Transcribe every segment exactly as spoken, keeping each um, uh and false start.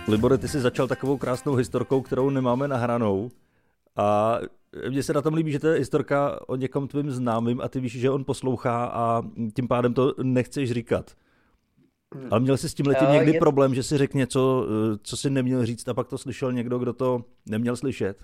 Libore, ty jsi začal takovou krásnou historkou, kterou nemáme nahranou. A mně se na tom líbí, že to je historka o někom tvým známým a ty víš, že on poslouchá a tím pádem to nechceš říkat. Ale měl jsi s tím letím někdy je... problém, že si řekl něco, co si neměl říct a pak to slyšel někdo, kdo to neměl slyšet?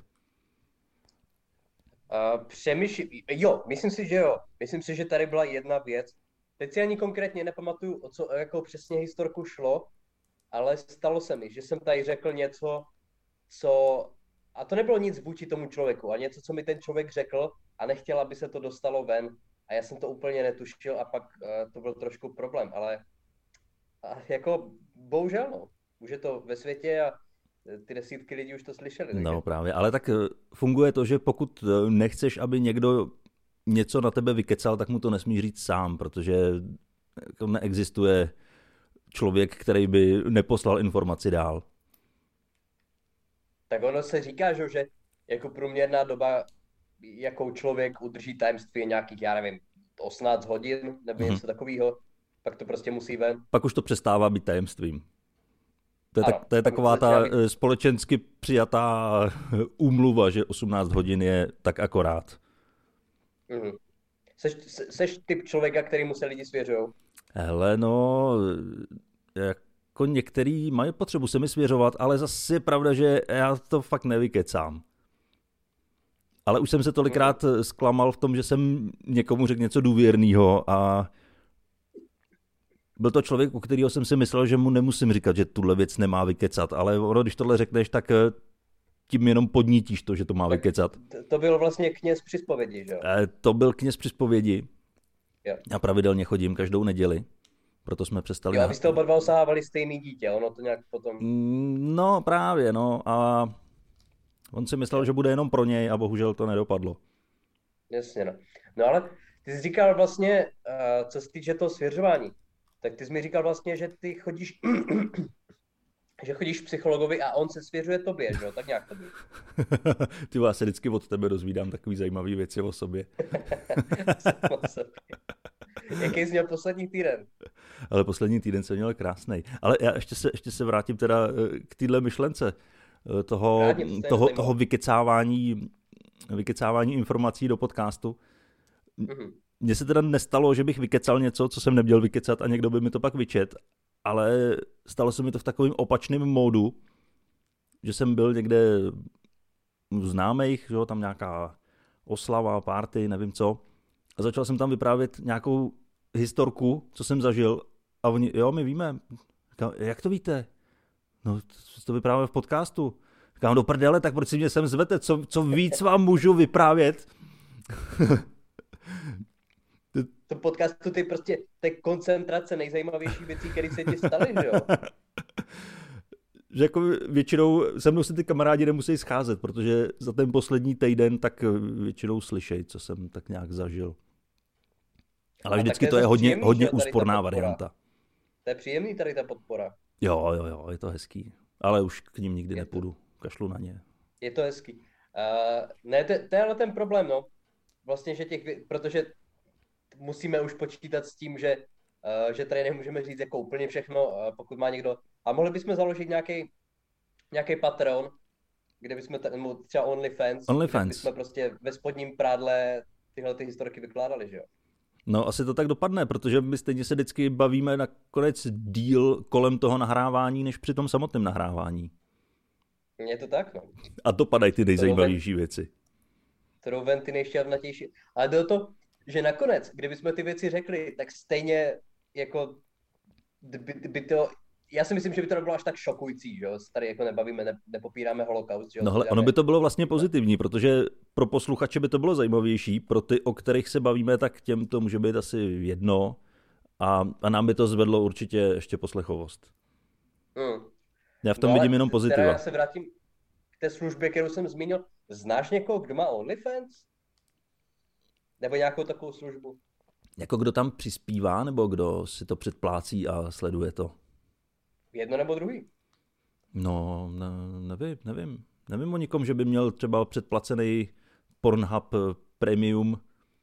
Uh, přemýšlím, jo, myslím si, že jo. Myslím si, že tady byla jedna věc. Teď si ani konkrétně nepamatuju, o co jakou přesně historku šlo, ale stalo se mi, že jsem tady řekl něco, co... A to nebylo nic vůči tomu člověku, a něco, co mi ten člověk řekl a nechtěl, aby se to dostalo ven. A já jsem to úplně netušil a pak uh, to byl trošku problém, ale a jako bohužel, no. Už je to ve světě a ty desítky lidí už to slyšeli. Takže... No právě, ale tak funguje to, že pokud nechceš, aby někdo něco na tebe vykecal, tak mu to nesmíš říct sám, protože neexistuje člověk, který by neposlal informaci dál. Tak ono se říká, že jako průměrná doba, jakou člověk udrží tajemství, je nějakých, já nevím, osmnáct hodin nebo něco mm-hmm. takového, pak to prostě musí ven. Pak už to přestává být tajemstvím. To je, ano, tak, to je taková ta být... společensky přijatá úmluva, že osmnáct hodin je tak akorát. Mm-hmm. Seš, seš typ člověka, kterýmu se lidi svěřujou? Hele, no, jako některý mají potřebu se mi svěřovat, ale zase je pravda, že já to fakt nevykecám. Ale už jsem se tolikrát mm-hmm. zklamal v tom, že jsem někomu řekl něco důvěrného a byl to člověk, u kterého jsem si myslel, že mu nemusím říkat, že tuhle věc nemá vykecat, ale ono, když tohle řekneš, tak tím jenom podnítíš to, že to má tak vykecat. To byl vlastně kněz při zpovědi, že jo? To byl kněz při zpovědi. Jo. Já pravidelně chodím každou neděli, proto jsme přestali... Jo, a vy jste oba dva osahávali stejný dítě, ono to nějak potom... No právě, no a on si myslel, že bude jenom pro něj a bohužel to nedopadlo. Jasně, no. No ale ty jsi říkal vlastně, uh, co se týče toho svěřování, tak ty jsi mi říkal vlastně, že ty chodíš, že chodíš psychologovi a on se svěřuje tobě, že jo? Tak nějak to bylo. Ty já se vždycky od tebe dozvídám takový zajímavý věci o sobě. Jaký jsi měl poslední týden? Ale poslední týden jsem měl krásnej. Ale já ještě se, ještě se vrátím teda k téhle myšlence toho, Vrátím, toho, toho vykecávání, vykecávání informací do podcastu. Mm-hmm. Mně se teda nestalo, že bych vykecal něco, co jsem neměl vykecat a někdo by mi to pak vyčet, ale stalo se mi to v takovém opačném módu, že jsem byl někde u známých, že jo, tam nějaká oslava, party, nevím co, a začal jsem tam vyprávět nějakou historku, co jsem zažil a oni, jo, my víme, jak to víte? No, to vyprávěl v podcastu. Říkám, do prdele, tak proč si mě sem zvete, co, co víc vám můžu vyprávět? To podcastu, ty prostě, to je koncentrace nejzajímavějších věcí, které se ti staly, že jo? Že jako většinou se mnou si ty kamarádi nemusí scházet, protože za ten poslední týden tak většinou slyšej, co jsem tak nějak zažil. Ale no, vždycky to je hodně, hodně úsporná varianta. To je příjemný tady ta podpora. Jo, jo, jo, je to hezký. Ale už k ním nikdy je nepůjdu, to... kašlu na ně. Je to hezký. Uh, ne, to, to je ale ten problém, no. Vlastně, že těch, protože musíme už počítat s tím, že, uh, že tady nemůžeme říct jako úplně všechno, uh, pokud má někdo. A mohli bychom založit nějaký nějaký Patreon, kde bychom t- třeba OnlyFans, OnlyFans. Kde bychom prostě ve spodním prádle tyhle ty historky vykládali, že jo? No asi to tak dopadne, protože my stejně se vždycky bavíme nakonec díl kolem toho nahrávání, než při tom samotném nahrávání. Je to tak, no. A dopadají ty nejzajímavější věci. Kterou ven ty nejšťavnatější. Ale jde o to, že nakonec, kdybychom ty věci řekli, tak stejně jako by, by to, já si myslím, že by to nebylo až tak šokující, že jo, tady jako nebavíme, ne, nepopíráme holokaust, že jo. No hele, ono by to bylo vlastně pozitivní, protože pro posluchače by to bylo zajímavější, pro ty, o kterých se bavíme, tak těm to může být asi jedno a, a nám by to zvedlo určitě ještě poslechovost. Hmm. Já v tom no, vidím jenom pozitiva. Já se vrátím k té službě, kterou jsem zmínil. Znáš někoho, kdo má OnlyFans? Nebo nějakou takovou službu? Jako kdo tam přispívá, nebo kdo si to předplácí a sleduje to? Jedno nebo druhý? No, ne, nevím, nevím. Nevím o nikom, že by měl třeba předplacený Pornhub Premium.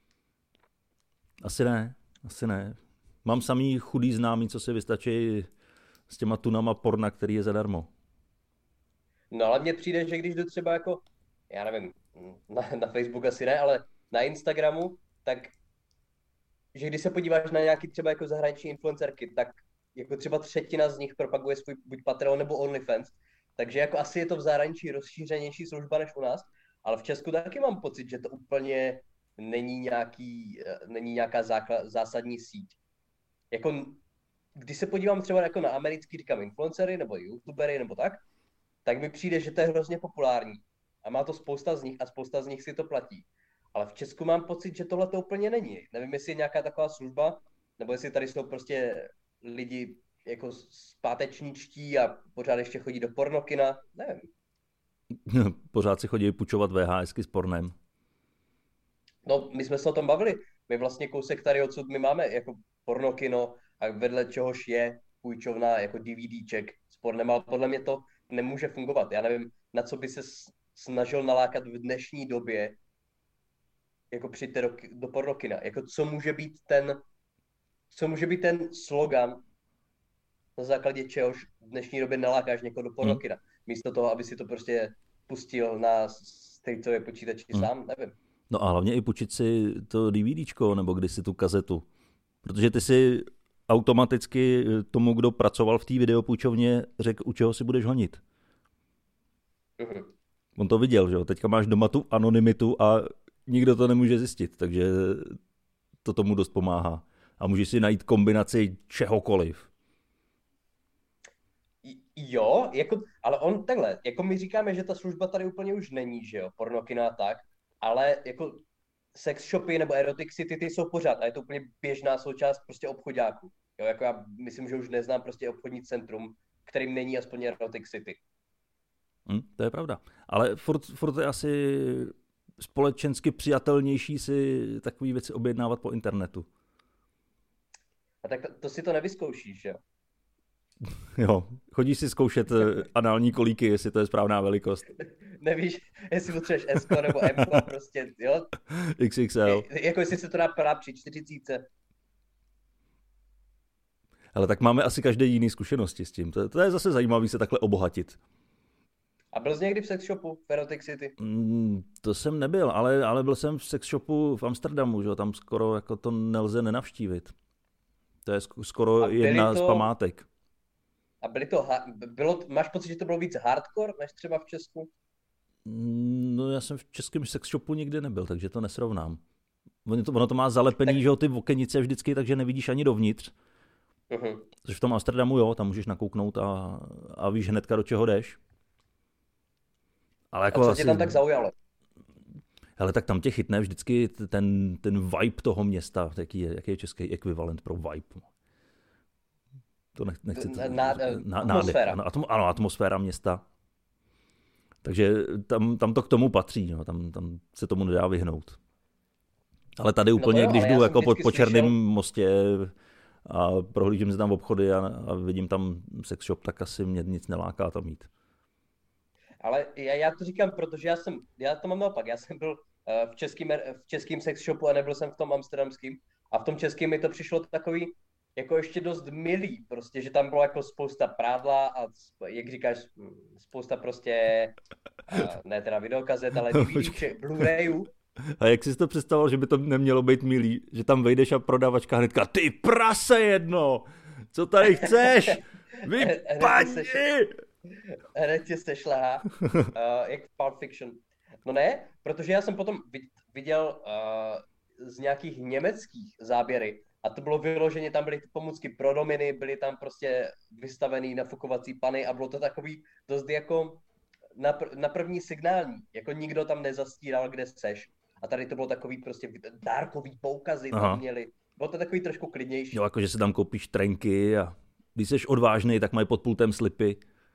Asi ne, asi ne. Mám samý chudý známý, co si vystačí s těma tunama porna, který je zadarmo. No ale mně přijde, že když jdu třeba jako, já nevím, na, na Facebook asi ne, ale na Instagramu, tak že když se podíváš na nějaký třeba jako zahraniční influencerky, tak jako třeba třetina z nich propaguje svůj buď Patreon nebo OnlyFans, takže jako asi je to v zahraničí rozšířenější služba než u nás, ale v Česku taky mám pocit, že to úplně není, nějaký, není nějaká základ, zásadní síť. Jako, když se podívám třeba jako na americký, říkám, influencery nebo youtubery nebo tak, tak mi přijde, že to je hrozně populární. A má to spousta z nich a spousta z nich si to platí. Ale v Česku mám pocit, že tohle to úplně není. Nevím, jestli je nějaká taková služba, nebo jestli tady jsou prostě lidi jako zpátečničtí a pořád ještě chodí do pornokina. Nevím. Pořád si chodí půjčovat VHSky s pornem. No, my jsme se o tom bavili. My vlastně kousek tady odsud my máme jako pornokino a vedle čehož je půjčovna jako DVDček s pornem, ale podle mě to nemůže fungovat. Já nevím, na co by se snažil nalákat v dnešní době jako přijďte do, do pornokina. Jako co může být ten, co může být ten slogan, na základě čehož v dnešní době nalákáš někoho do pornokina. Hmm. Místo toho, aby si to prostě pustil na strejcově počítači hmm. sám, nevím. No a hlavně i půjčit si to DVDčko, nebo kdysi tu kazetu. Protože ty si automaticky tomu, kdo pracoval v té videopůjčovně, řekl, u čeho si budeš honit. Hmm. On to viděl, že jo? Teďka máš doma tu anonymitu a nikdo to nemůže zjistit, takže to tomu dost pomáhá. A můžeš si najít kombinaci čehokoliv. Jo, jako, ale on takhle, jako my říkáme, že ta služba tady úplně už není, že jo, pornokina a tak, ale jako sex shopy nebo erotic city, ty jsou pořád a je to úplně běžná součást prostě obchodáků. Jo, jako já myslím, že už neznám prostě obchodní centrum, kterým není aspoň erotic city. Hmm, to je pravda, ale furt, furt je asi společensky přijatelnější si takové věci objednávat po internetu. A tak to, to si to nevyzkoušíš, jo? Jo, chodíš si zkoušet anální kolíky, jestli to je správná velikost. Nevíš, jestli potřebuješ S nebo M prostě, jo? X X L. Je, jako jestli se to dá prát při čtyřicítce. Ale tak máme asi každý jiný zkušenosti s tím. To, to je zase zajímavé se takhle obohatit. A byl jsi někdy v sex shopu v Erotic City? Mm, to jsem nebyl, ale, ale byl jsem v sex shopu v Amsterdamu, že? Tam skoro jako to nelze nenavštívit. To je skoro jedna to... z památek. A byly to, bylo, máš pocit, že to bylo víc hardcore, než třeba v Česku? No já jsem v českém sex shopu nikdy nebyl, takže to nesrovnám. Ono to, ono to má zalepený, tak... že jo, ty okenice vždycky, takže nevidíš ani dovnitř. Uh-huh. Což v tom Amsterdamu, jo, tam můžeš nakouknout a, a víš hnedka, do čeho jdeš. Ale jako a co asi... tě tam tak zaujalo? Ale tak tam tě chytne vždycky ten, ten vibe toho města, jaký je, jaký je český ekvivalent pro vibe. To nech, nechci... Na, na, na, atmosféra. Na, atmo, ano, atmosféra města. Takže tam, tam to k tomu patří, no, tam, tam se tomu nedá vyhnout. Ale tady úplně, no jo, když jdu jako po, po Černém mostě a prohlížím se tam v obchody a, a vidím tam sex shop, tak asi mě nic neláká tam jít. Ale já, já to říkám, protože já jsem, já to mám naopak, já jsem byl uh, v českým, v českým sex shopu a nebyl jsem v tom amsterdamským a v tom českým mi to přišlo takový, jako ještě dost milý, prostě, že tam bylo jako spousta prádla a jak říkáš, spousta prostě, uh, ne teda videokazet, ale DVDček, Blu-rayů. A jak jsi to představoval, že by to nemělo být milý, že tam vejdeš a prodavačka hnedka, ty prase jedno, co tady chceš, vypadni! Hned tě sešlehá, uh, jak v Pulp Fiction. No ne, protože já jsem potom viděl uh, z nějakých německých záběry a to bylo vyloženě, tam byly pomůcky pro dominy, byly tam prostě vystavený nafukovací pany a bylo to takový dost jako na, pr- na první signální, jako nikdo tam nezastíral, kde seš. A tady to bylo takový prostě dárkový poukazy tam měli. Bylo to takový trošku klidnější. Jo, jakože si tam koupíš trenky a když jsi odvážný, tak mají pod pultem slipy.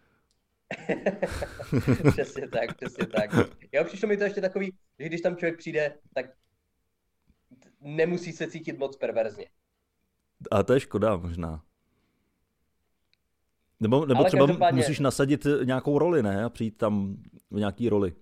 Přesně tak, přesně tak. Jo, přišlo mi to ještě takový, že když tam člověk přijde, tak nemusí se cítit moc perverzně. A to je škoda možná. Nebo, nebo třeba každopádně... musíš nasadit nějakou roli, ne? A přijít tam v nějaký roli.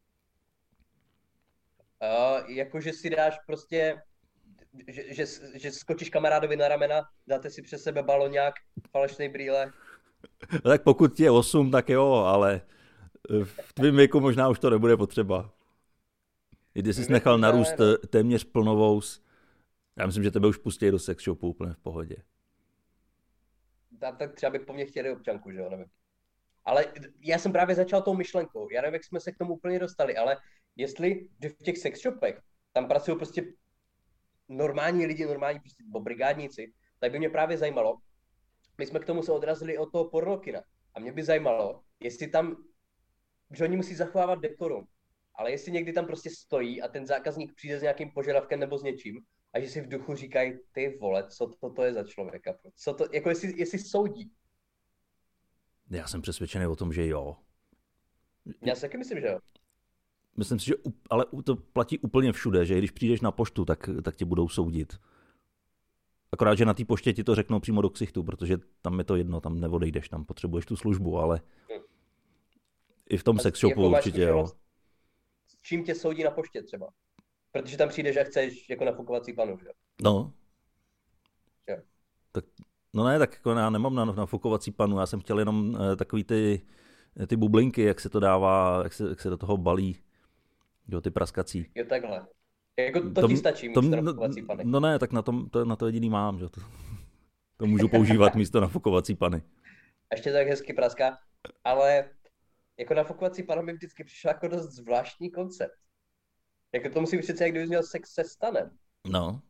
Uh, jako, že si dáš prostě, že, že, že skočíš kamarádovi na ramena, dáte si přes sebe baloňák, falešnej brýle. Tak pokud ti je osm, tak jo, ale v tvém věku možná už to nebude potřeba. I ty jsi nechal narůst téměř plnovous, já myslím, že tebe už pustí do sex shopu úplně v pohodě. Tak, tak třeba by po mně chtěli občanku, že jo, nevím. Ale já jsem právě začal tou myšlenkou, já nevím, jak jsme se k tomu úplně dostali, ale jestli že v těch sex shopech tam pracují prostě normální lidi, normální prostě brigádníci, tak by mě právě zajímalo, my jsme k tomu se odrazili od toho pornokina a mě by zajímalo, jestli tam, že oni musí zachovávat dekorum, ale jestli někdy tam prostě stojí a ten zákazník přijde s nějakým požadavkem nebo s něčím a že si v duchu říkají, ty vole, co to, to je za člověka, co to, jako jestli, jestli soudí. Já jsem přesvědčený o tom, že jo. Já si taky myslím, že jo. Myslím si, že ale to platí úplně všude, že když přijdeš na poštu, tak, tak tě budou soudit. Akorát, že na té poště ti to řeknou přímo do ksichtu, protože tam je to jedno, tam neodejdeš, tam potřebuješ tu službu, ale hmm. i v tom a sex shopu jako určitě, jo. S čím tě soudí na poště třeba? Protože tam přijdeš a chceš jako nafukovací panu, že jo? No. Jo. Tak, no ne, tak jako já nemám na nafukovací panu, já jsem chtěl jenom uh, takový ty, ty bublinky, jak se to dává, jak se, jak se do toho balí, jo, ty praskací. Jo, takhle. Jako to, to ti stačí místo to, nafukovací pany. No ne, tak na, tom, to, na to jediný mám, že to, to můžu používat místo nafukovací pany. A ještě tak hezky praská, ale jako nafukovací pana mi vždycky přišel jako dost zvláštní koncept. Jako to musí být přece, jak kdybys měl sex se stanem. No.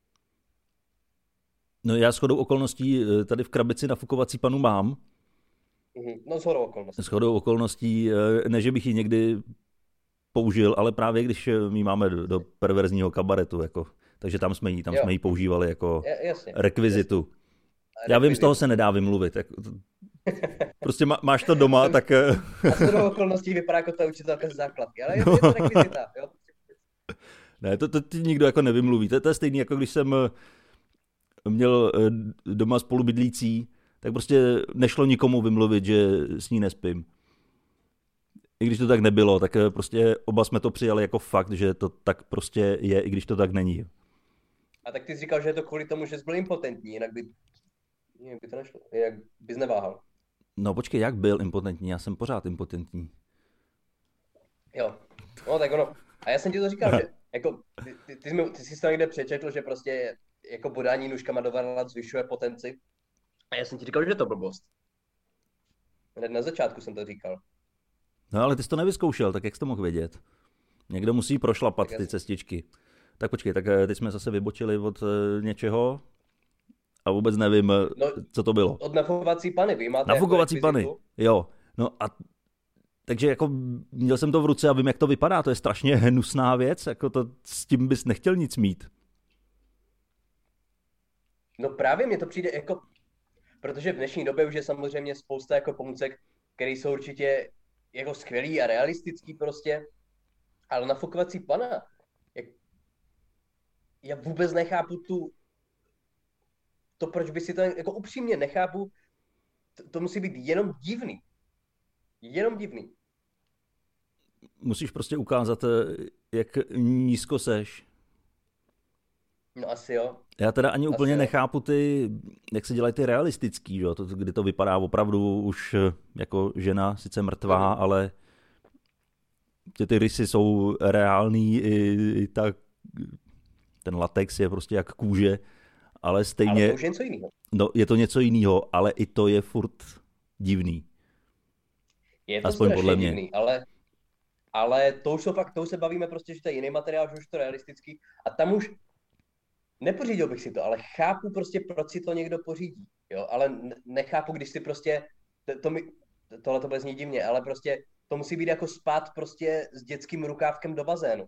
No já shodou okolností tady v krabici nafukovací panu mám. Mm-hmm. No shodou okolností. Shodou okolností, ne že bych ji někdy použil, ale právě když my máme do, do perverzního kabaretu, jako, takže tam jsme ji, tam jsme ji používali jako jasně, rekvizitu. Jasně. Já vím, z toho se nedá vymluvit. Jako, prostě má, máš to doma, tak... A shodou okolností vypadá jako ta učitelka z základky, ale je to, je to rekvizita, jo. Ne, to, to ti nikdo jako nevymluví. To, to je stejný, jako když jsem měl doma spolubydlící, tak prostě nešlo nikomu vymluvit, že s ní nespím. I když to tak nebylo, tak prostě oba jsme to přijali jako fakt, že to tak prostě je, i když to tak není. A tak ty jsi říkal, že je to kvůli tomu, že jsi byl impotentní, jinak by, jinak by to nešlo, jinak bys neváhal. No počkej, jak byl impotentní? Já jsem pořád impotentní. Jo, no tak ono. A já jsem ti to říkal, že jako, ty, ty, ty, jsi, ty jsi to někde přečetl, že prostě jako bodání nůžkama do varlat zvyšuje potenci. A já jsem ti říkal, že je to blbost. Hned na začátku jsem to říkal. No ale ty jsi to nevyzkoušel, tak jak jsi to mohl vědět? Někdo musí prošlapat ty cestičky. Tak počkej, tak teď jsme zase vybočili od něčeho a vůbec nevím, no, co to bylo. Od nafukovací pany, vy máte nafukovací jako pany, jo. No a takže jako měl jsem to v ruce a vím, jak to vypadá, to je strašně hnusná věc, jako to s tím bys nechtěl nic mít. No právě mně to přijde jako, protože v dnešní době už je samozřejmě spousta jako pomůcek, které jsou určitě jako skvělý a realistický prostě, ale nafukovací pana, jak, já vůbec nechápu tu, to proč by si to, jako upřímně nechápu, to, to musí být jenom divný. Jenom divný. Musíš prostě ukázat, jak nízko seš. No asi jo. Já teda ani asi úplně jo. nechápu ty, jak se dělají ty realistický, jo? To, kdy to vypadá opravdu už jako žena, sice mrtvá, mm. ale ty, ty rysy jsou reální, i, i ta, ten latex je prostě jak kůže, ale stejně... Ale to už je něco jiného. No, je to něco jiného, ale i to je furt divný. Je to aspoň podle mě. Divný, ale, ale to už, fakt, to už se bavíme prostě, že to je jiný materiál, že už to je realistický a tam už nepořídil bych si to, ale chápu prostě, proč si to někdo pořídí, jo, ale nechápu, když si prostě, to, to mi, tohle to bude znít divně, ale prostě to musí být jako spát prostě s dětským rukávkem do bazénu.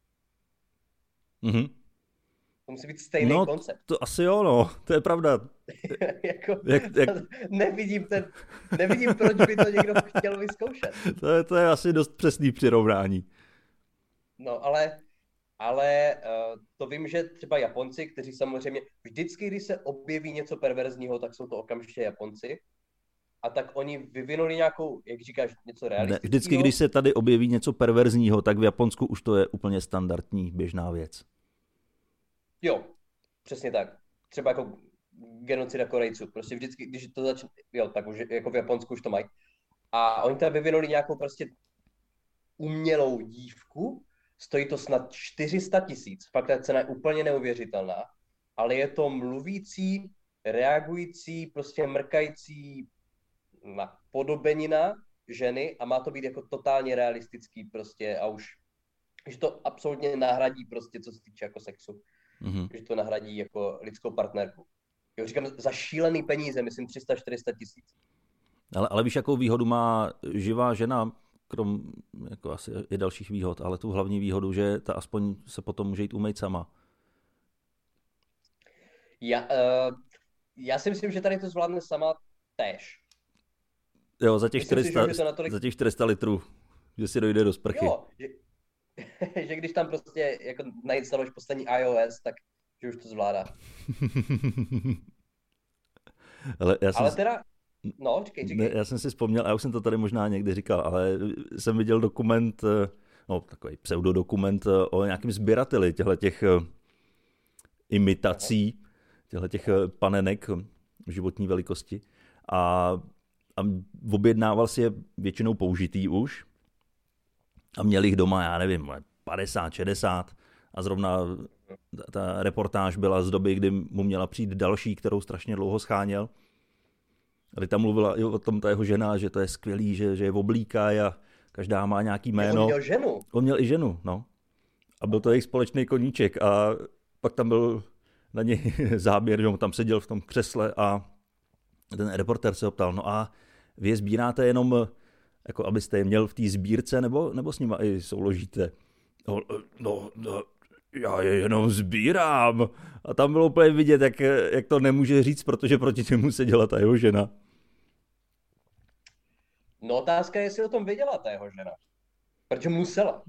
Mhm. To musí být stejný no, koncept. To asi jo, no, to je pravda. jako, jak, jak... Nevidím, ten, nevidím, proč by to někdo chtěl vyzkoušet. To je, to je asi dost přesný přirovnání. No, ale, ale uh, to vím, že třeba Japonci, kteří samozřejmě vždycky, když se objeví něco perverzního, tak jsou to okamžitě Japonci. A tak oni vyvinuli nějakou, jak říkáš, něco realistického. Vždycky, když se tady objeví něco perverzního, tak v Japonsku už to je úplně standardní, běžná věc. Jo, přesně tak. Třeba jako genocida Korejců. Prostě vždycky, když to začne, jo, tak už jako v Japonsku už to mají. A oni tam vyvinuli nějakou prostě umělou dívku, stojí to snad čtyři sta tisíc, fakt ta cena je úplně neuvěřitelná, ale je to mluvící, reagující, prostě mrkající na podobenina ženy a má to být jako totálně realistický prostě a už, že to absolutně nahradí prostě, co se týče jako sexu. Mm-hmm. Že to nahradí jako lidskou partnerku. Jo, říkám, za šílený peníze, myslím tři sta čtyři sta tisíc. Ale, ale víš, jakou výhodu má živá žena, krom jako asi i dalších výhod, ale tu hlavní výhodu, že ta aspoň se potom může jít umýt sama. Já, uh, já si myslím, že tady to zvládne sama též. Jo, za těch, čtyři sta, natolik... za těch čtyři sta litrů, že si dojde do sprchy. Jo, že, že když tam prostě jako nainstaluješ poslední iOS, tak že už to zvládá. ale, já jsem... ale teda, no, říkej, říkej. Ne, já jsem si vzpomněl, já už jsem to tady možná někdy říkal, ale jsem viděl dokument, no takový pseudodokument o nějakém sběrateli těchto imitací, těchto panenek životní velikosti a, a objednával si je většinou použitý už a měl jich doma, já nevím, padesát, šedesát a zrovna ta reportáž byla z doby, kdy mu měla přijít další, kterou strašně dlouho scháněl. A tam mluvila i o tom ta jeho žena, že to je skvělý, že, že je oblíkají a každá má nějaký jméno. On měl ženu. On měl i ženu, no. A byl to jejich společný koníček a pak tam byl na něj záběr, že on tam seděl v tom křesle a ten reportér se ho ptal, no a vy je sbíráte jenom, jako abyste je měl v té sbírce, nebo, nebo s nima i souložíte? No, no, no, já je jenom sbírám. A tam bylo úplně vidět, jak, jak to nemůže říct, protože proti němu seděla ta jeho žena. No otázka je, jestli o tom věděla ta jeho žena. Protože musela.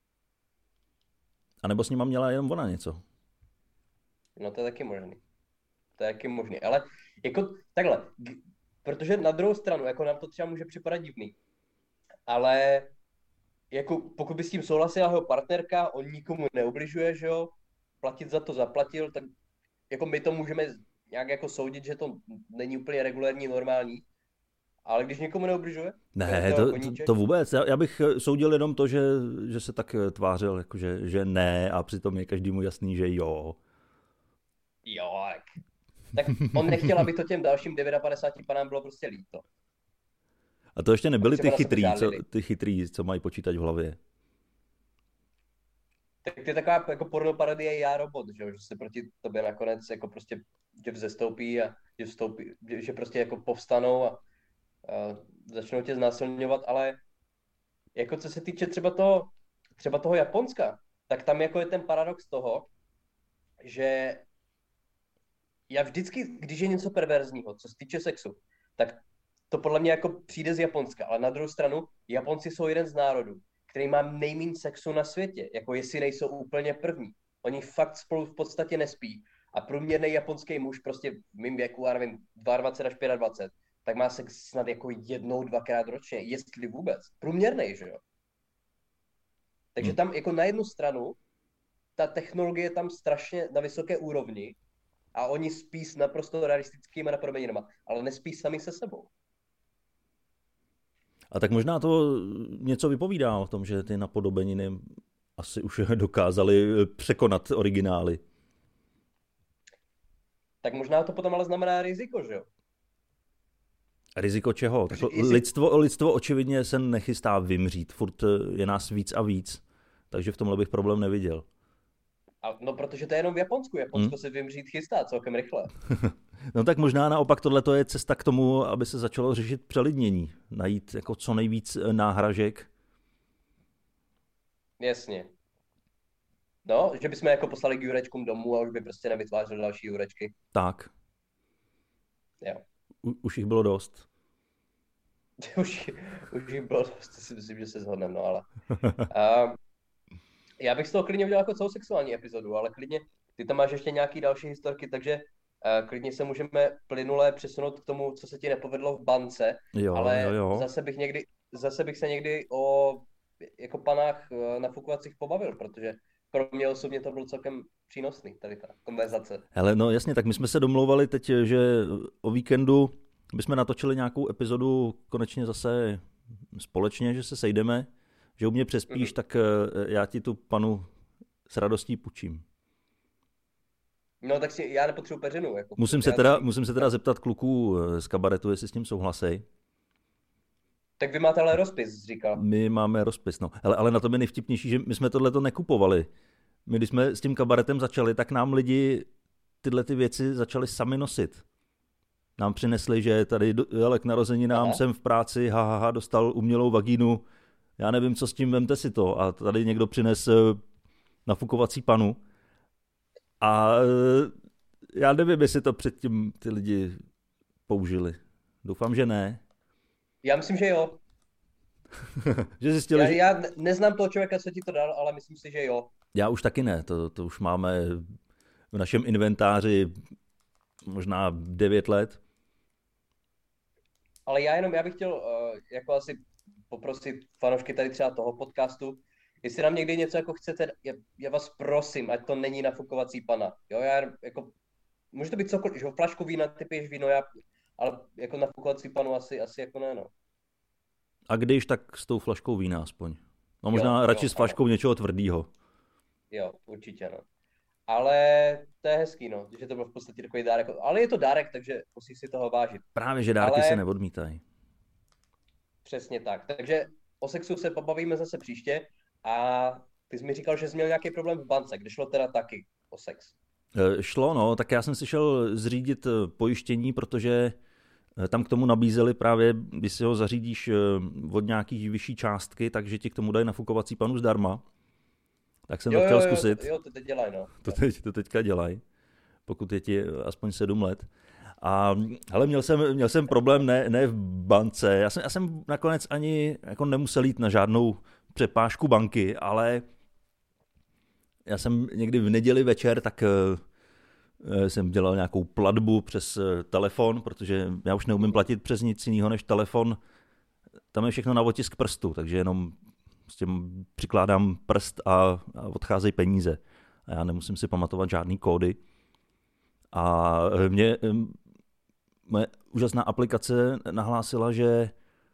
A nebo s nima měla jenom ona něco. No to je taky možný. To je taky možný. Ale jako takhle, protože na druhou stranu, jako nám to třeba může připadat divný. Ale jako pokud by s tím souhlasila jeho partnerka, on nikomu neubližuje, že jo, platit za to zaplatil, tak jako my to můžeme nějak jako soudit, že to není úplně regulérní, normální, ale když nikomu neubližuje? Ne, to, to, to vůbec, já, já bych soudil jenom to, že, že se tak tvářil, jako že, že ne a přitom je každému jasný, že jo. Jo, tak, tak on nechtěl, aby to těm dalším padesát devět panám bylo prostě líto. A to ještě nebyly ty chytrý, co, ty chytrý, co mají počítač v hlavě. Tak to je taková jako porno parodie Já robot, že, že se proti tobě nakonec jako prostě že vzestoupí a že, vstoupí, že prostě jako povstanou a, a začnou tě znásilňovat, ale jako co se týče třeba toho, třeba toho Japonska, tak tam jako je ten paradox toho, že já vždycky, když je něco perverzního, co se týče sexu, tak to podle mě jako přijde z Japonska, ale na druhou stranu, Japonci jsou jeden z národů, který má nejméně sexu na světě, jako jestli nejsou úplně první. Oni fakt spolu v podstatě nespí. A průměrný japonský muž prostě v mým věku, já nevím, dvacet dva až dvacet pět, tak má sex snad jako jednou, dvakrát ročně, jestli vůbec. Průměrný, že jo? Takže tam jako na jednu stranu, ta technologie je tam strašně na vysoké úrovni a oni spí s naprosto realistickými napodobeninama, ale nespí sami se sebou. A tak možná to něco vypovídá o tom, že ty napodobeniny asi už dokázali překonat originály. Tak možná to potom ale znamená riziko, že jo? Riziko čeho? Tak lidstvo, lidstvo očividně se nechystá vymřít, furt je nás víc a víc, takže v tomhle bych problém neviděl. A, no protože to je jenom v Japonsku, Japonsko hmm? se vymřít chystá celkem rychle. No tak možná naopak tohle je cesta k tomu, aby se začalo řešit přelidnění, najít jako co nejvíc náhražek. Jasně. No, že bychom jako poslali k jurečkům domů a už by prostě nevytvářeli další jurečky. Tak. Jo. U, už jich bylo dost. už, už jich bylo dost, si myslím, že se shodneme, no ale... Uh, já bych z toho klidně udělal jako celou sexuální epizodu, ale klidně, ty tam máš ještě nějaký další historky, takže uh, klidně se můžeme plynule přesunout k tomu, co se ti nepovedlo v bance, jo, ale jo, jo. Zase, bych někdy, zase bych se někdy o jako panách uh, nafukovacích pobavil, protože pro mě osobně to bylo celkem přínosný, tady ta konverzace. Hele, no jasně, tak my jsme se domlouvali teď, že o víkendu bychom natočili nějakou epizodu konečně zase společně, že se sejdeme, že u mě přespíš, mm-hmm. tak já ti tu panu s radostí půjčím. No tak si, já nepotřebuji peřinu. Jako musím, se teda, musím se teda zeptat kluků z kabaretu, jestli s tím souhlasej. Tak vy máte ale rozpis, říkal. My máme rozpis, no. Ale, ale na to je nejvtipnější, že my jsme tohleto nekupovali. My, když jsme s tím kabaretem začali, tak nám lidi tyhle ty věci začali sami nosit. Nám přinesli, že tady hele, k narozeninám Aha. jsem v práci, ha, ha, ha, dostal umělou vagínu, já nevím, co s tím, vemte si to. A tady někdo přines nafukovací panu. A já nevím, jestli to předtím ty lidi použili. Doufám, že ne. Já myslím, že jo. že zjistili, já, že... já neznám toho člověka, co ti to dal, ale myslím si, že jo. Já už taky ne, to, to už máme v našem inventáři možná devět let. Ale já jenom, já bych chtěl uh, jako asi poprosit fanoušky tady třeba toho podcastu, jestli nám někdy něco jako chcete, já, já vás prosím, ať to není nafukovací pana. Jo, já jako, může to být cokoliv, že ho flašku vína, ty piješ víno, já, ale jako nafukovací panu asi, asi jako ne, no. A když, tak s tou flaškou vína aspoň. No možná jo, radši jo, s flaškou ano. něčeho tvrdýho. Jo, určitě, no. Ale to je hezký, no, že to byl v podstatě takový dárek. Ale je to dárek, takže musíš si toho vážit. Právě, že dárky Ale... se neodmítají. Přesně tak. Takže o sexu se pobavíme zase příště. A ty jsi mi říkal, že jsi měl nějaký problém v bance, kde šlo teda taky o sex. E, šlo, no, tak já jsem si šel zřídit pojištění, protože tam k tomu nabízeli právě, když si ho zařídíš od nějakých vyšší částky, takže ti k tomu dají nafukovací panu zdarma. Tak jsem jo, to chtěl jo, zkusit. Jo, to teď dělají, no. To, teď, to teďka dělají, pokud je ti aspoň sedm let. A hele, měl jsem, měl jsem problém ne, ne v bance. Já jsem, já jsem nakonec ani jako nemusel jít na žádnou přepážku banky, ale já jsem někdy v neděli večer, tak uh, jsem dělal nějakou platbu přes uh, telefon, protože já už neumím platit přes nic jiného než telefon. Tam je všechno na otisk prstu, takže jenom s tím přikládám prst a, a odcházejí peníze. A já nemusím si pamatovat žádný kódy. A mě moje úžasná aplikace nahlásila, že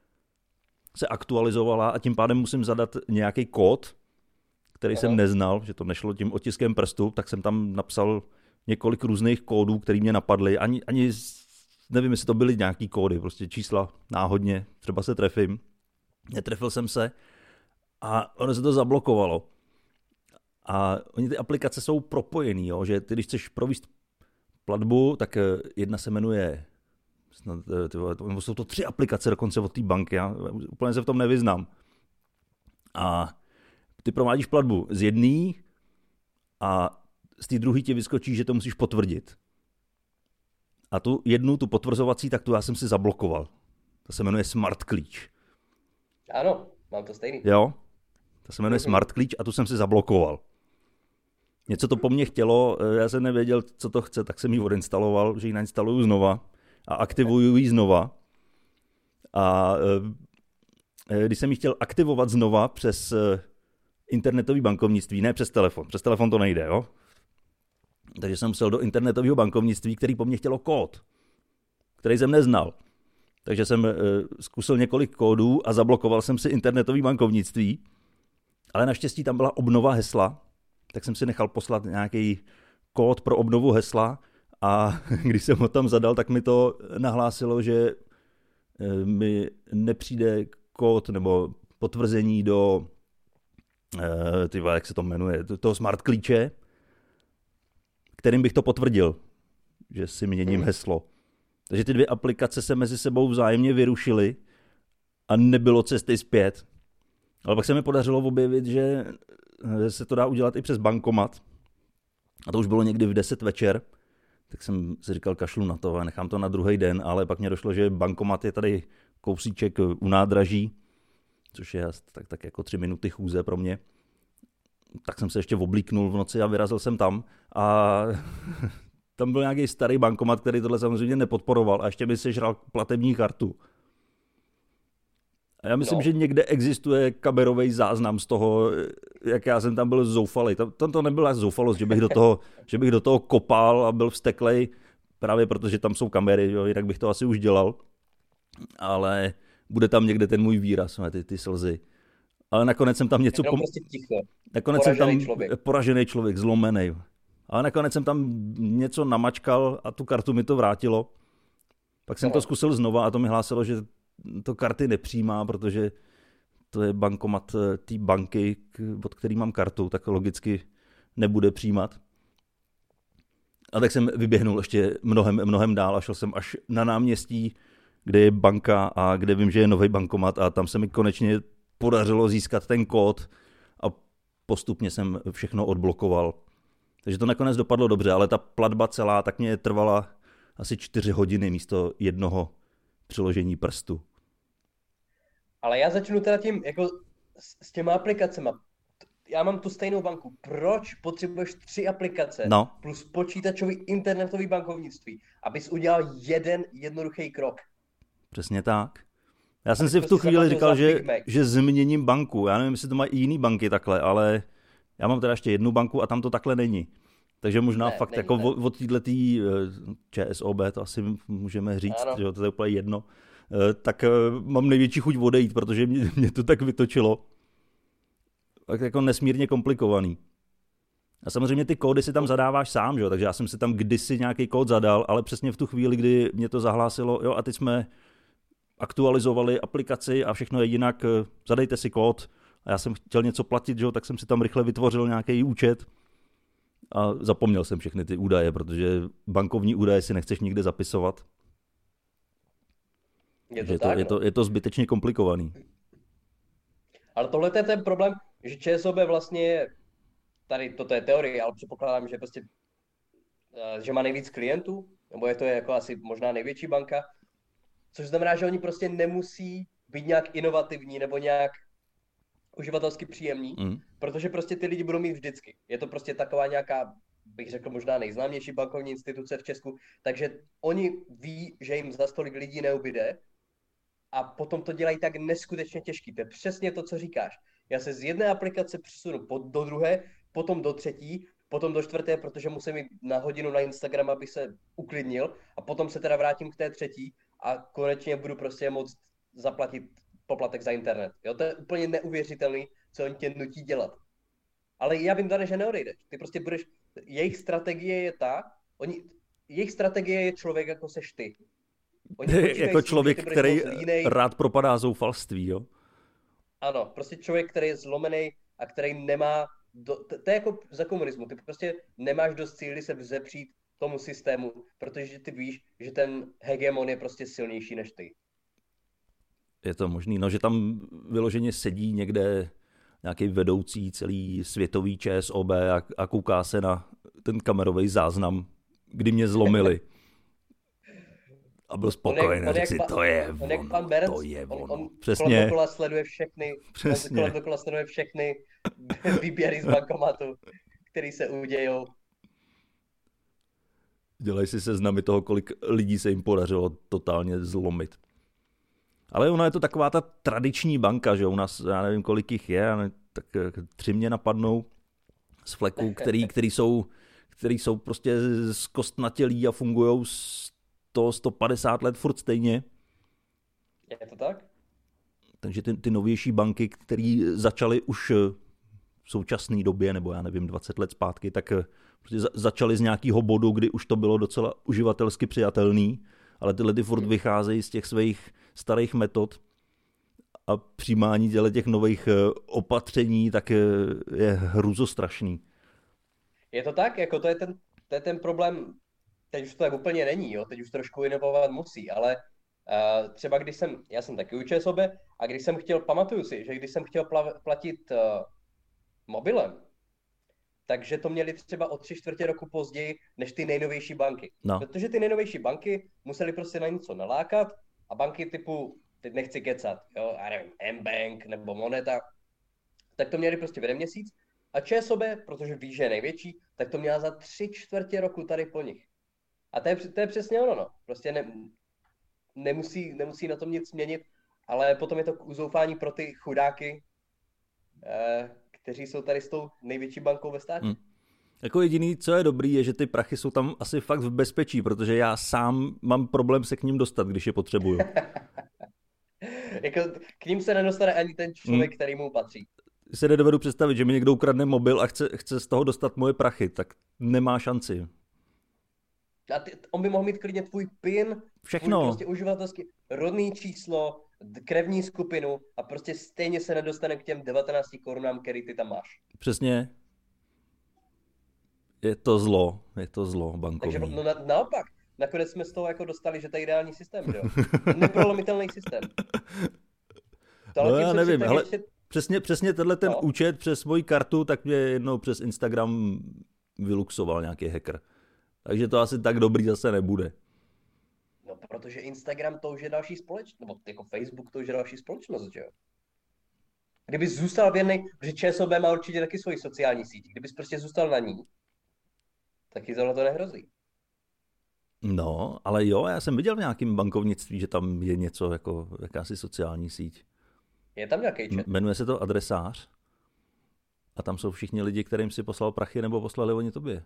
se aktualizovala a tím pádem musím zadat nějaký kód, který Aha. jsem neznal, že to nešlo tím otiskem prstu, tak jsem tam napsal několik různých kódů, které mě napadly. Ani, ani nevím, jestli to byly nějaký kódy, prostě čísla náhodně, třeba se trefím. Netrefil jsem se a ono se to zablokovalo. A oni ty aplikace jsou propojený, jo, že ty, když chceš provést platbu, tak jedna se jmenuje, snad, ty, jsou to tři aplikace dokonce od té banky, já úplně se v tom nevyznám. A ty provádíš platbu z jedné a z té druhé ti vyskočí, že to musíš potvrdit. A tu jednu, tu potvrzovací, tak tu já jsem si zablokoval. To se jmenuje Smart klíč. Ano, mám to stejný. Jo, to se jmenuje mm-hmm. Smart klíč a tu jsem si zablokoval. Něco to po mně chtělo, já jsem nevěděl, co to chce, tak jsem ji odinstaloval, že ji nainstaluju znova a aktivuju ji znova. A když jsem ji chtěl aktivovat znova přes internetový bankovnictví, ne přes telefon, přes telefon to nejde, jo? Takže jsem musel do internetového bankovnictví, který po mně chtělo kód, který jsem neznal. Takže jsem zkusil několik kódů a zablokoval jsem si internetový bankovnictví, ale naštěstí tam byla obnova hesla, tak jsem si nechal poslat nějaký kód pro obnovu hesla a když jsem ho tam zadal, tak mi to nahlásilo, že mi nepřijde kód nebo potvrzení do, ty vole, jak se to jmenuje, toho smart klíče, kterým bych to potvrdil, že si měním hmm. heslo. Takže ty dvě aplikace se mezi sebou vzájemně vyrušily a nebylo cesty zpět. Ale pak se mi podařilo objevit, že se to dá udělat i přes bankomat. A to už bylo někdy v deset večer. Tak jsem si říkal, kašlu na to a nechám to na druhý den, ale pak mě došlo, že bankomat je tady kousíček u nádraží, což je tak, tak jako tři minuty chůze pro mě. Tak jsem se ještě oblíknul v noci a vyrazil jsem tam. A tam byl nějaký starý bankomat, který tohle samozřejmě nepodporoval a ještě mi sežral platební kartu. A já myslím, no. že někde existuje kamerový záznam z toho, jak já jsem tam byl zoufalý. Tam, tam to nebyla zoufalost, že bych do toho, že bych do toho kopal a byl vzteklej, právě protože tam jsou kamery, jo, jinak bych to asi už dělal. Ale bude tam někde ten můj výraz, ty, ty slzy. Ale nakonec jsem tam něco... Pom... Prostě ticho. Nakonec poražený jsem tam člověk. Poražený člověk, zlomený. Ale nakonec jsem tam něco namačkal a tu kartu mi to vrátilo. Pak jsem no. to zkusil znova a to mi hlásilo, že to karty nepřijímá, protože to je bankomat té banky, od který mám kartu, tak logicky nebude přijímat. A tak jsem vyběhnul ještě mnohem, mnohem dál a šel jsem až na náměstí, kde je banka a kde vím, že je nový bankomat a tam se mi konečně podařilo získat ten kód a postupně jsem všechno odblokoval. Takže to nakonec dopadlo dobře, ale ta platba celá tak mě trvala asi čtyři hodiny místo jednoho přiložení prstu. Ale já začnu teda tím, jako s, s těma aplikacema. Já mám tu stejnou banku. Proč potřebuješ tři aplikace no. plus počítačový internetový bankovnictví, abys udělal jeden jednoduchý krok? Přesně tak. Já jsem si v tu chvíli říkal, že, že změním banku. Já nevím, jestli to mají i jiný banky takhle, ale já mám teda ještě jednu banku a tam to takhle není. Takže možná ne, fakt jako od, od této ČSOB, to asi můžeme říct, že to je úplně jedno, tak mám největší chuť odejít, protože mě, mě to tak vytočilo. Tak jako nesmírně komplikovaný. A samozřejmě ty kódy si tam zadáváš sám, že? Takže já jsem si tam kdysi nějaký kód zadal, ale přesně v tu chvíli, kdy mě to zahlásilo, jo a teď jsme aktualizovali aplikaci a všechno je jinak, zadejte si kód a já jsem chtěl něco platit, že? Tak jsem si tam rychle vytvořil nějaký účet a zapomněl jsem všechny ty údaje, protože bankovní údaje si nechceš nikde zapisovat. Je to, je tak, to, je to, je to zbytečně komplikovaný. Ale tohle je ten problém, že ČSOB vlastně, tady toto je teorie, ale předpokládám, že prostě, že má nejvíc klientů, nebo je to jako asi možná největší banka, což znamená, že oni prostě nemusí být nějak inovativní nebo nějak uživatelsky příjemní, mm. protože prostě ty lidi budou mít vždycky. Je to prostě taková nějaká, bych řekl, možná nejznámější bankovní instituce v Česku, takže oni ví, že jim za stolik lidí neubyde a potom to dělají tak neskutečně těžký. To je přesně to, co říkáš. Já se z jedné aplikace přesunu do druhé, potom do třetí, potom do čtvrté, protože musím jít na hodinu na Instagram, aby se uklidnil a potom se teda vrátím k té třetí a konečně budu prostě moct zaplatit poplatek za internet. Jo, to je úplně neuvěřitelný, co oni tě nutí dělat. Ale já vím, Dane, že neodejdeš. Ty prostě budeš, jejich strategie je ta, oni, jejich strategie je člověk, jako seš ty. Oni jako člověk, tím, který rád propadá zoufalství, jo? Ano, prostě člověk, který je zlomený a který nemá, do, to, to je jako za komunismu, ty prostě nemáš dost síly se vzepřít tomu systému, protože ty víš, že ten hegemon je prostě silnější než ty. Je to možný, no, že tam vyloženě sedí někde nějaký vedoucí celý světový ČSOB a, a kouká se na ten kamerový záznam, kdy mě zlomili. A byl spokojený, řekl si, to je ono, Berenc, to je ono. On, on Přesně. kolem dokola sleduje všechny, Přesně. kolem dokola sleduje všechny výběry z bankomatu, který se udějou. Dělají si seznamy toho, kolik lidí se jim podařilo totálně zlomit. Ale ona je to taková ta tradiční banka, že u nás, já nevím, kolik jich je, ale tak tři mě napadnou z fleků, který, který, jsou, který jsou prostě zkostnatělí a fungují sto, sto padesát let furt stejně. Je to tak? Takže ty, ty novější banky, které začaly už v současné době, nebo já nevím, dvacet let zpátky, tak prostě za, začaly z nějakého bodu, kdy už to bylo docela uživatelsky přijatelný, ale tyhle ty furt vycházejí z těch svých starých metod a přijímání těch nových opatření tak je hruzostrašný. Je to tak, jako to je ten, to je ten problém, teď už to tak úplně není, jo? Teď už trošku inovovat musí, ale uh, třeba když jsem, já jsem taky u ČSOB a když jsem chtěl, pamatuju si, že když jsem chtěl pla- platit uh, mobilem, takže to měli třeba o tři čtvrtě roku později než ty nejnovější banky. No. Protože ty nejnovější banky museli prostě na něco nalákat a banky typu, teď nechci kecat, jo, já nevím, M-Bank nebo Moneta, tak to měli prostě v jeden měsíc a ČSOB, protože ví, že je největší, tak to měla za tři čtvrtě roku tady po nich. A to je, to je přesně ono, no. Prostě ne, nemusí, nemusí na tom nic změnit, ale potom je to uzoufání pro ty chudáky, eh, kteří jsou tady s tou největší bankou ve státě. Hmm. Jako jediný, co je dobrý, je, že ty prachy jsou tam asi fakt v bezpečí, protože já sám mám problém se k ním dostat, když je potřebuju. Jako, k ním se nedostane ani ten člověk, hmm. který mu patří. Se nedovedu představit, že mi někdo ukradne mobil a chce, chce z toho dostat moje prachy, tak nemá šanci. A ty, on by mohl mít klidně tvůj PIN, všechno. Tvůj prostě uživatelský rodný číslo, krevní skupinu a prostě stejně se nedostane k těm devatenácti korunám, který ty tam máš. Přesně. Je to zlo, je to zlo bankovní. Takže no na, naopak, nakonec jsme z toho jako dostali, že to je ideální systém, že jo? Neprolomitelný systém. To, no já nevím, ale ještě... přesně, přesně tenhle ten no. účet přes moji kartu, tak mě jednou přes Instagram vyluxoval nějaký hacker. Takže to asi tak dobrý zase nebude. No, protože Instagram to už je další společnost, nebo jako Facebook to už je další společnost, že jo? Kdyby zůstal věrný, protože ČSOB má určitě taky svoji sociální síť, kdybys prostě zůstal na ní, taky tohle to nehrozí. No, ale jo, já jsem viděl v nějakém bankovnictví, že tam je něco jako jakási sociální síť. Je tam nějaký chat? Jmenuje se to Adresář a tam jsou všichni lidi, kterým si poslal prachy nebo poslali oni tobě.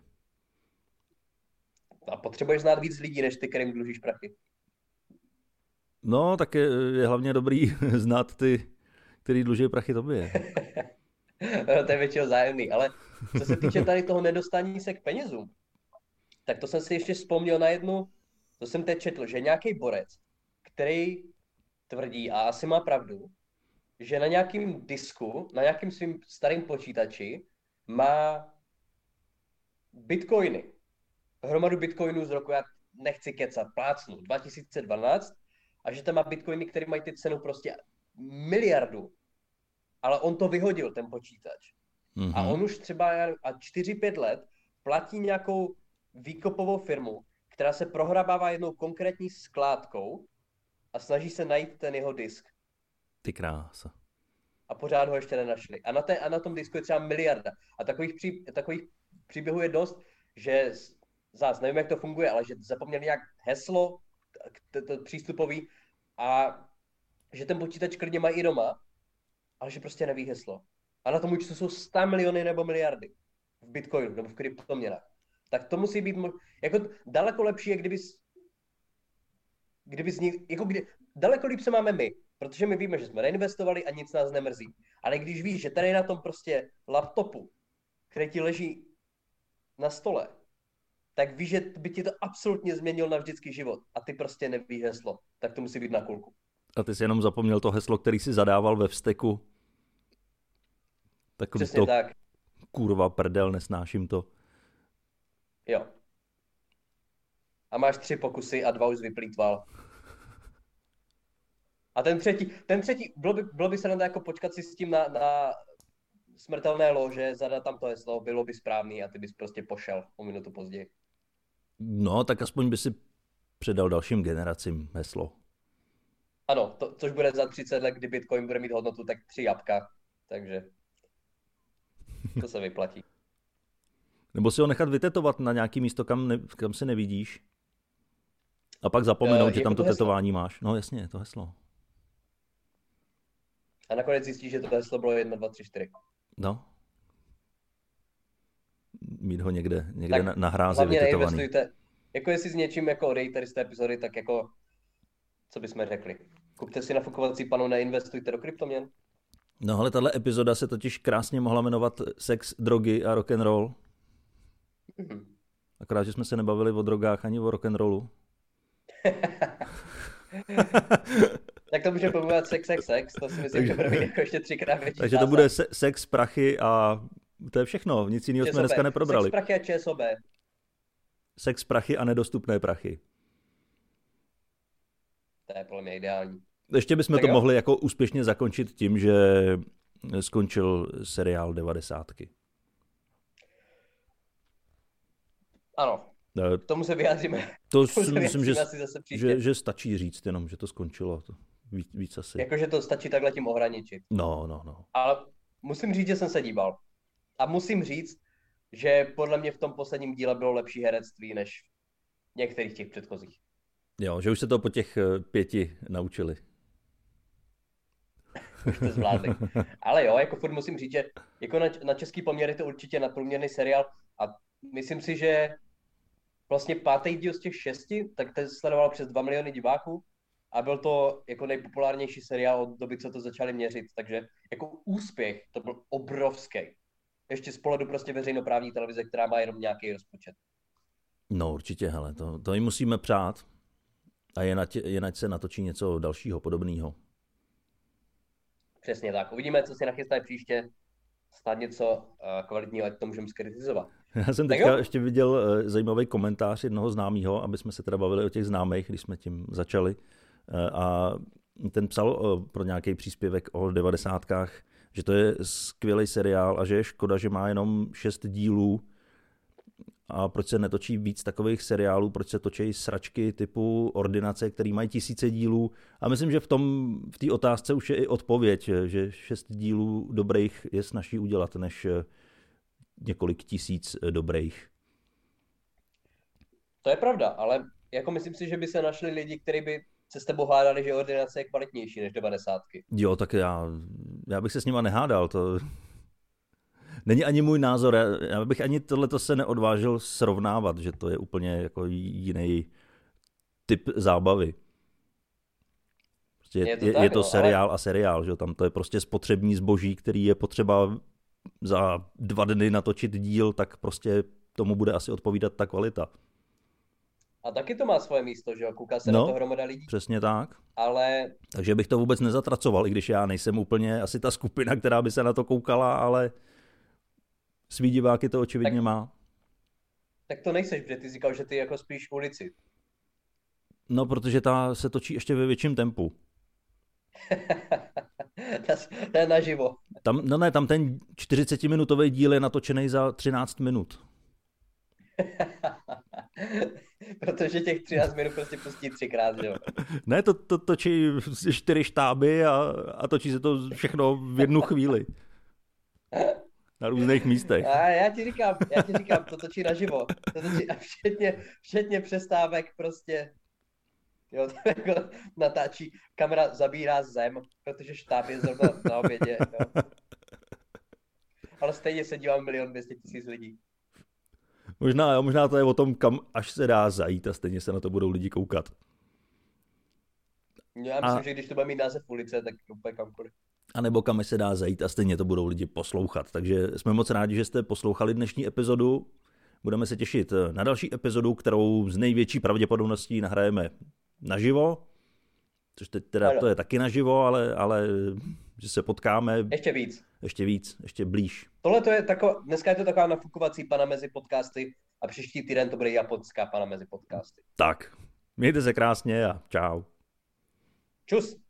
A potřebuješ znát víc lidí, než ty, kterým dlužíš prachy. No, tak je, je hlavně dobrý znát ty, který dluží prachy tobě. No, to je většinou zájemný, ale co se týče tady toho nedostání se k penězům, tak to jsem si ještě vzpomněl na jednu, to jsem teď četl, že nějaký borec, který tvrdí, a asi má pravdu, že na nějakým disku, na nějakým svým starým počítači má bitcoiny. Hromadu bitcoinů z roku, já nechci kecat, plácnu, dva tisíce dvanáct, a že tam má bitcoiny, které mají ty cenu prostě miliardu. Ale on to vyhodil, ten počítač. Mm-hmm. A on už třeba a čtyři pět let platí nějakou výkopovou firmu, která se prohrabává jednou konkrétní skládkou a snaží se najít ten jeho disk. Ty krása. A pořád ho ještě nenašli. A na, té, a na tom disku je třeba miliarda. A takových, pří, takových příběhů je dost, že zás nevím, jak to funguje, ale že zapomněli nějak heslo t- t- přístupový a že ten počítač klidně mají i doma, ale že prostě neví heslo. A na tom účtu jsou sto miliony nebo miliardy v bitcoinu nebo v kryptoměnách. Tak to musí být jako daleko lepší, je kdybys, kdybys jako kdy, daleko líp se máme my, protože my víme, že jsme reinvestovali a nic nás nemrzí. Ale když víš, že tady na tom prostě laptopu, který ti leží na stole, tak víš, že by ti to absolutně změnil navždycky život a ty prostě nevíš heslo, tak to musí být na kulku. A ty jsi jenom zapomněl to heslo, který si zadával ve vzteku. Takový Přesně to, tak. Kurva prdel, nesnáším to. Jo. A máš tři pokusy a dva už vyplýtval. A ten třetí, ten třetí, bylo by, bylo by se na jako počkat si s tím na, na smrtelné lože, zadat tam to heslo, bylo by správný a ty bys prostě pošel o minutu později. No, tak aspoň by si předal dalším generacím heslo. Ano, to, což bude za třicet let, kdy Bitcoin bude mít hodnotu tak tři jabka, takže to se vyplatí. Nebo si ho nechat vytetovat na nějaký místo, kam, ne, kam si nevidíš. A pak zapomenout, uh, že tam to, to tetování máš. No jasně, to heslo. A nakonec zjistíš, že to heslo bylo jedna, dva, tři, čtyři. No. Mít ho někde, někde na, na hrázi vytetovaný. Jako jestli s něčím jako odejít z té epizody, tak jako, co bychom řekli. Kupte si nafukovací panu, neinvestujte do kryptoměn. No ale tahle epizoda se totiž krásně mohla jmenovat Sex, drogy a rock'n'roll. Mm-hmm. Akorát, že jsme se nebavili o drogách ani o rock'n'rollu. Tak to můžeme pomluvat sex, sex, sex. To si myslím, že bude mít jako ještě třikrát větší. Takže to bude se- sex, prachy a to je všechno. Nic jiného jsme dneska neprobrali. Sex, prachy a ČSOB. Sex, prachy a nedostupné prachy. To je podle mě ideální. Ještě bychom tak to jo. mohli jako úspěšně zakončit tím, že skončil seriál devadesátky. Ano. K tomu se vyjádříme. To si myslím, že, že, že stačí říct jenom, že to skončilo. To víc, víc asi. Jakože to stačí takhle tím ohraničit. No, no, no. Ale musím říct, že jsem se díval. A musím říct, že podle mě v tom posledním díle bylo lepší herectví než některých těch předchozích. Jo, že už se to po těch pěti naučili. Už to zvládli. Ale jo, jako furt musím říct, že jako na, na český poměr je to určitě nadprůměrný seriál a myslím si, že vlastně pátý díl z těch šesti, tak ten sledoval přes dva miliony diváků a byl to jako nejpopulárnější seriál od doby, co to začali měřit, takže jako úspěch to byl obrovský. Ještě z pohledu prostě veřejnoprávní televize, která má jenom nějaký rozpočet. No určitě, hele, to, to jim musíme přát a jenať, jenať se natočí něco dalšího podobného. Přesně tak. Uvidíme, co si nachystají příště. Snad něco uh, kvalitního, ať to můžeme skritizovat. Já jsem teďka ještě viděl uh, zajímavý komentář jednoho známého, aby jsme se teda bavili o těch známých, když jsme tím začali. Uh, a ten psal uh, pro nějaký příspěvek o devadesátkách, že to je skvělý seriál a že je škoda, že má jenom šest dílů a proč se netočí víc takových seriálů, proč se točí sračky typu Ordinace, který mají tisíce dílů. A myslím, že v tom v té otázce už je i odpověď, že šest dílů dobrých je snazší udělat, než několik tisíc dobrých. To je pravda, ale jako myslím si, že by se našli lidi, kteří by se s tebou hádali, že Ordinace je kvalitnější než devadesátky. Jo, tak já, já bych se s nima nehádal, to není ani můj názor, já, já bych ani tohleto se neodvážil srovnávat, že to je úplně jako jiný typ zábavy. Prostě je, je, to, je, tak, je to no, seriál ale... a seriál, že tam to je prostě spotřební zboží, který je potřeba za dva dny natočit díl, tak prostě tomu bude asi odpovídat ta kvalita. A taky to má svoje místo, že jo, kouká se no, na to hromada lidí. Přesně tak. Ale... Takže bych to vůbec nezatracoval, i když já nejsem úplně asi ta skupina, která by se na to koukala, ale svý diváky to očividně tak, má. Tak to nejseš, protože ty jsi říkal, že ty jako spíš v ulici. No, protože ta se točí ještě ve větším tempu. To je naživo. Tam, no ne, tam ten čtyřicetiminutový díl je natočený za třináct minut. Protože těch třináct minut prostě pustí třikrát, že jo? Ne, to, to točí čtyři štáby a, a točí se to všechno v jednu chvíli. Na různých místech. A já ti říkám, já ti říkám, to točí naživo. To točí a včetně, včetně přestávek prostě. Jo, to jako natáčí, kamera zabírá zem, protože štáb je zrovna na obědě. Jo. Ale stejně se dívá milion dvě stě tisíc lidí. Možná, jo, možná to je o tom, kam až se dá zajít a stejně se na to budou lidi koukat. Já myslím, a... že když to bude mít název ulice, tak úplně kamkoliv. A nebo kam se dá zajít a stejně to budou lidi poslouchat. Takže jsme moc rádi, že jste poslouchali dnešní epizodu. Budeme se těšit na další epizodu, kterou z největší pravděpodobností nahrajeme naživo. Což teď teda ano. To je taky naživo, ale, ale že se potkáme. Ještě víc. Ještě víc, ještě blíž. Tohle to je tako, dneska je to taková nafukovací pana mezi podcasty a příští týden to bude japonská pana mezi podcasty. Tak, mějte se krásně a čau. Čus.